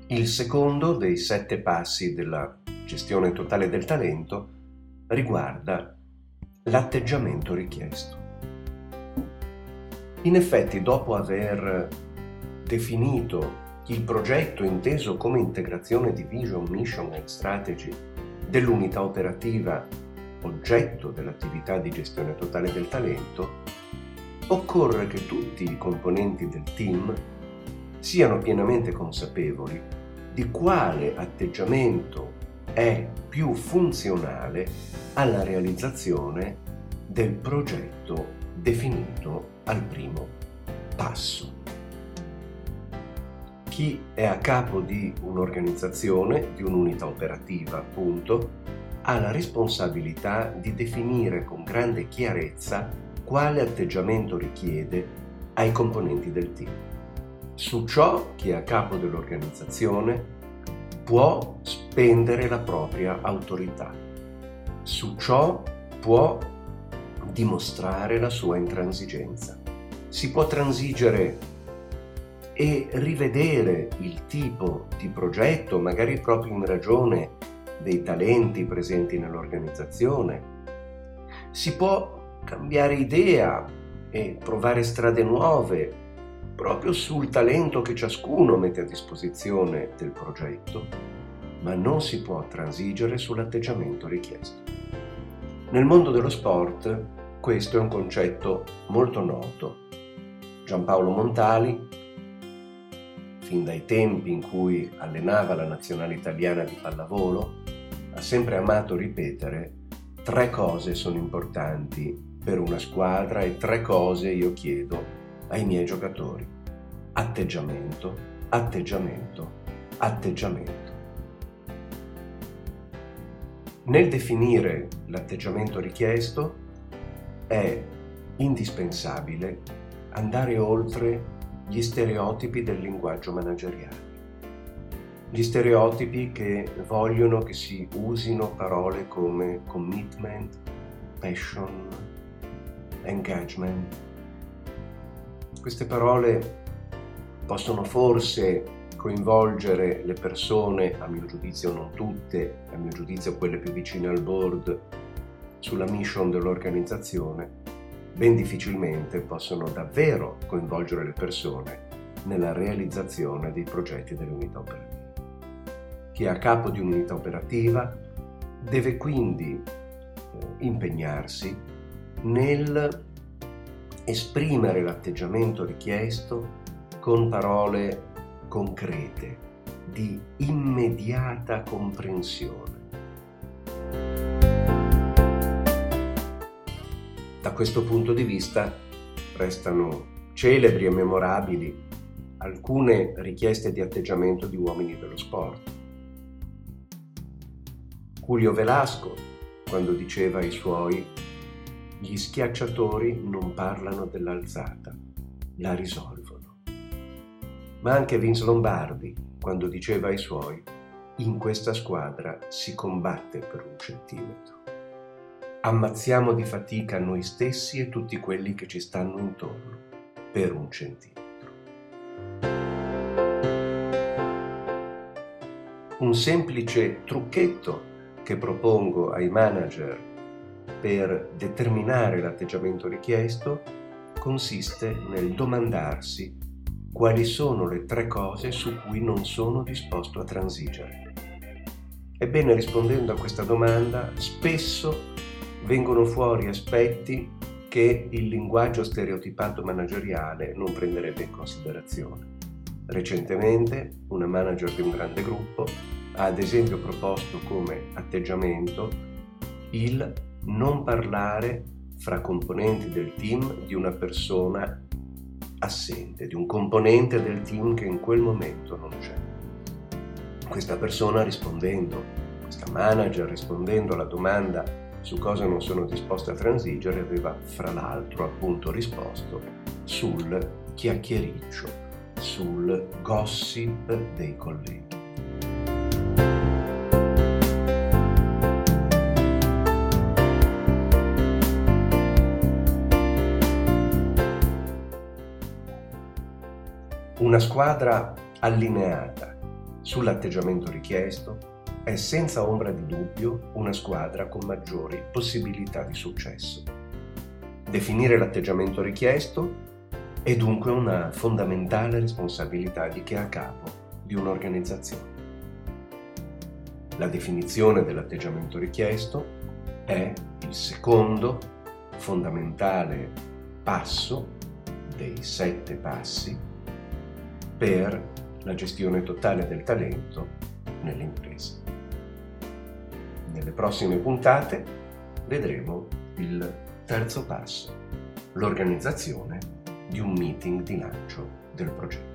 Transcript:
Il secondo dei 7 passi della gestione totale del talento riguarda l'atteggiamento richiesto. In effetti, dopo aver definito il progetto inteso come integrazione di vision, mission e strategy dell'unità operativa oggetto dell'attività di gestione totale del talento, occorre che tutti i componenti del team siano pienamente consapevoli di quale atteggiamento è più funzionale alla realizzazione del progetto definito al primo passo. Chi è a capo di un'organizzazione, di un'unità operativa, appunto, ha la responsabilità di definire con grande chiarezza quale atteggiamento richiede ai componenti del team. Su ciò chi è a capo dell'organizzazione può spendere la propria autorità. Su ciò può dimostrare la sua intransigenza. Si può transigere e rivedere il tipo di progetto, magari proprio in ragione dei talenti presenti nell'organizzazione. Si può cambiare idea e provare strade nuove proprio sul talento che ciascuno mette a disposizione del progetto, ma non si può transigere sull'atteggiamento richiesto. Nel mondo dello sport questo è un concetto molto noto. Giampaolo Montali, fin dai tempi in cui allenava la nazionale italiana di pallavolo, ha sempre amato ripetere: 3 cose sono importanti per una squadra e 3 cose io chiedo ai miei giocatori: atteggiamento, atteggiamento, atteggiamento. Nel definire l'atteggiamento richiesto è indispensabile andare oltre gli stereotipi del linguaggio manageriale. Gli stereotipi che vogliono che si usino parole come commitment, passion, engagement. Queste parole possono forse coinvolgere le persone, a mio giudizio non tutte, a mio giudizio quelle più vicine al board, sulla mission dell'organizzazione. Ben difficilmente possono davvero coinvolgere le persone nella realizzazione dei progetti dell'unità operativa. Chi è a capo di un'unità operativa deve quindi impegnarsi nel esprimere l'atteggiamento richiesto con parole concrete, di immediata comprensione. Da questo punto di vista restano celebri e memorabili alcune richieste di atteggiamento di uomini dello sport. Julio Velasco, quando diceva ai suoi: gli schiacciatori non parlano dell'alzata, la risolvono. Ma anche Vince Lombardi, quando diceva ai suoi: in questa squadra si combatte per 1 centimetro. Ammazziamo di fatica noi stessi e tutti quelli che ci stanno intorno per 1 centimetro. Un semplice trucchetto che propongo ai manager per determinare l'atteggiamento richiesto consiste nel domandarsi quali sono le 3 cose su cui non sono disposto a transigere. Ebbene, rispondendo a questa domanda, spesso vengono fuori aspetti che il linguaggio stereotipato manageriale non prenderebbe in considerazione. Recentemente una manager di un grande gruppo ha ad esempio proposto come atteggiamento il non parlare fra componenti del team di una persona assente, di un componente del team che in quel momento non c'è. Questa persona questa manager rispondendo alla domanda su cosa non sono disposta a transigere, aveva fra l'altro appunto risposto sul chiacchiericcio, sul gossip dei colleghi. Una squadra allineata sull'atteggiamento richiesto è senza ombra di dubbio una squadra con maggiori possibilità di successo. Definire l'atteggiamento richiesto è dunque una fondamentale responsabilità di chi è a capo di un'organizzazione. La definizione dell'atteggiamento richiesto è il secondo fondamentale passo dei 7 passi per la gestione totale del talento nelle imprese. Nelle prossime puntate vedremo il terzo passo, l'organizzazione di un meeting di lancio del progetto.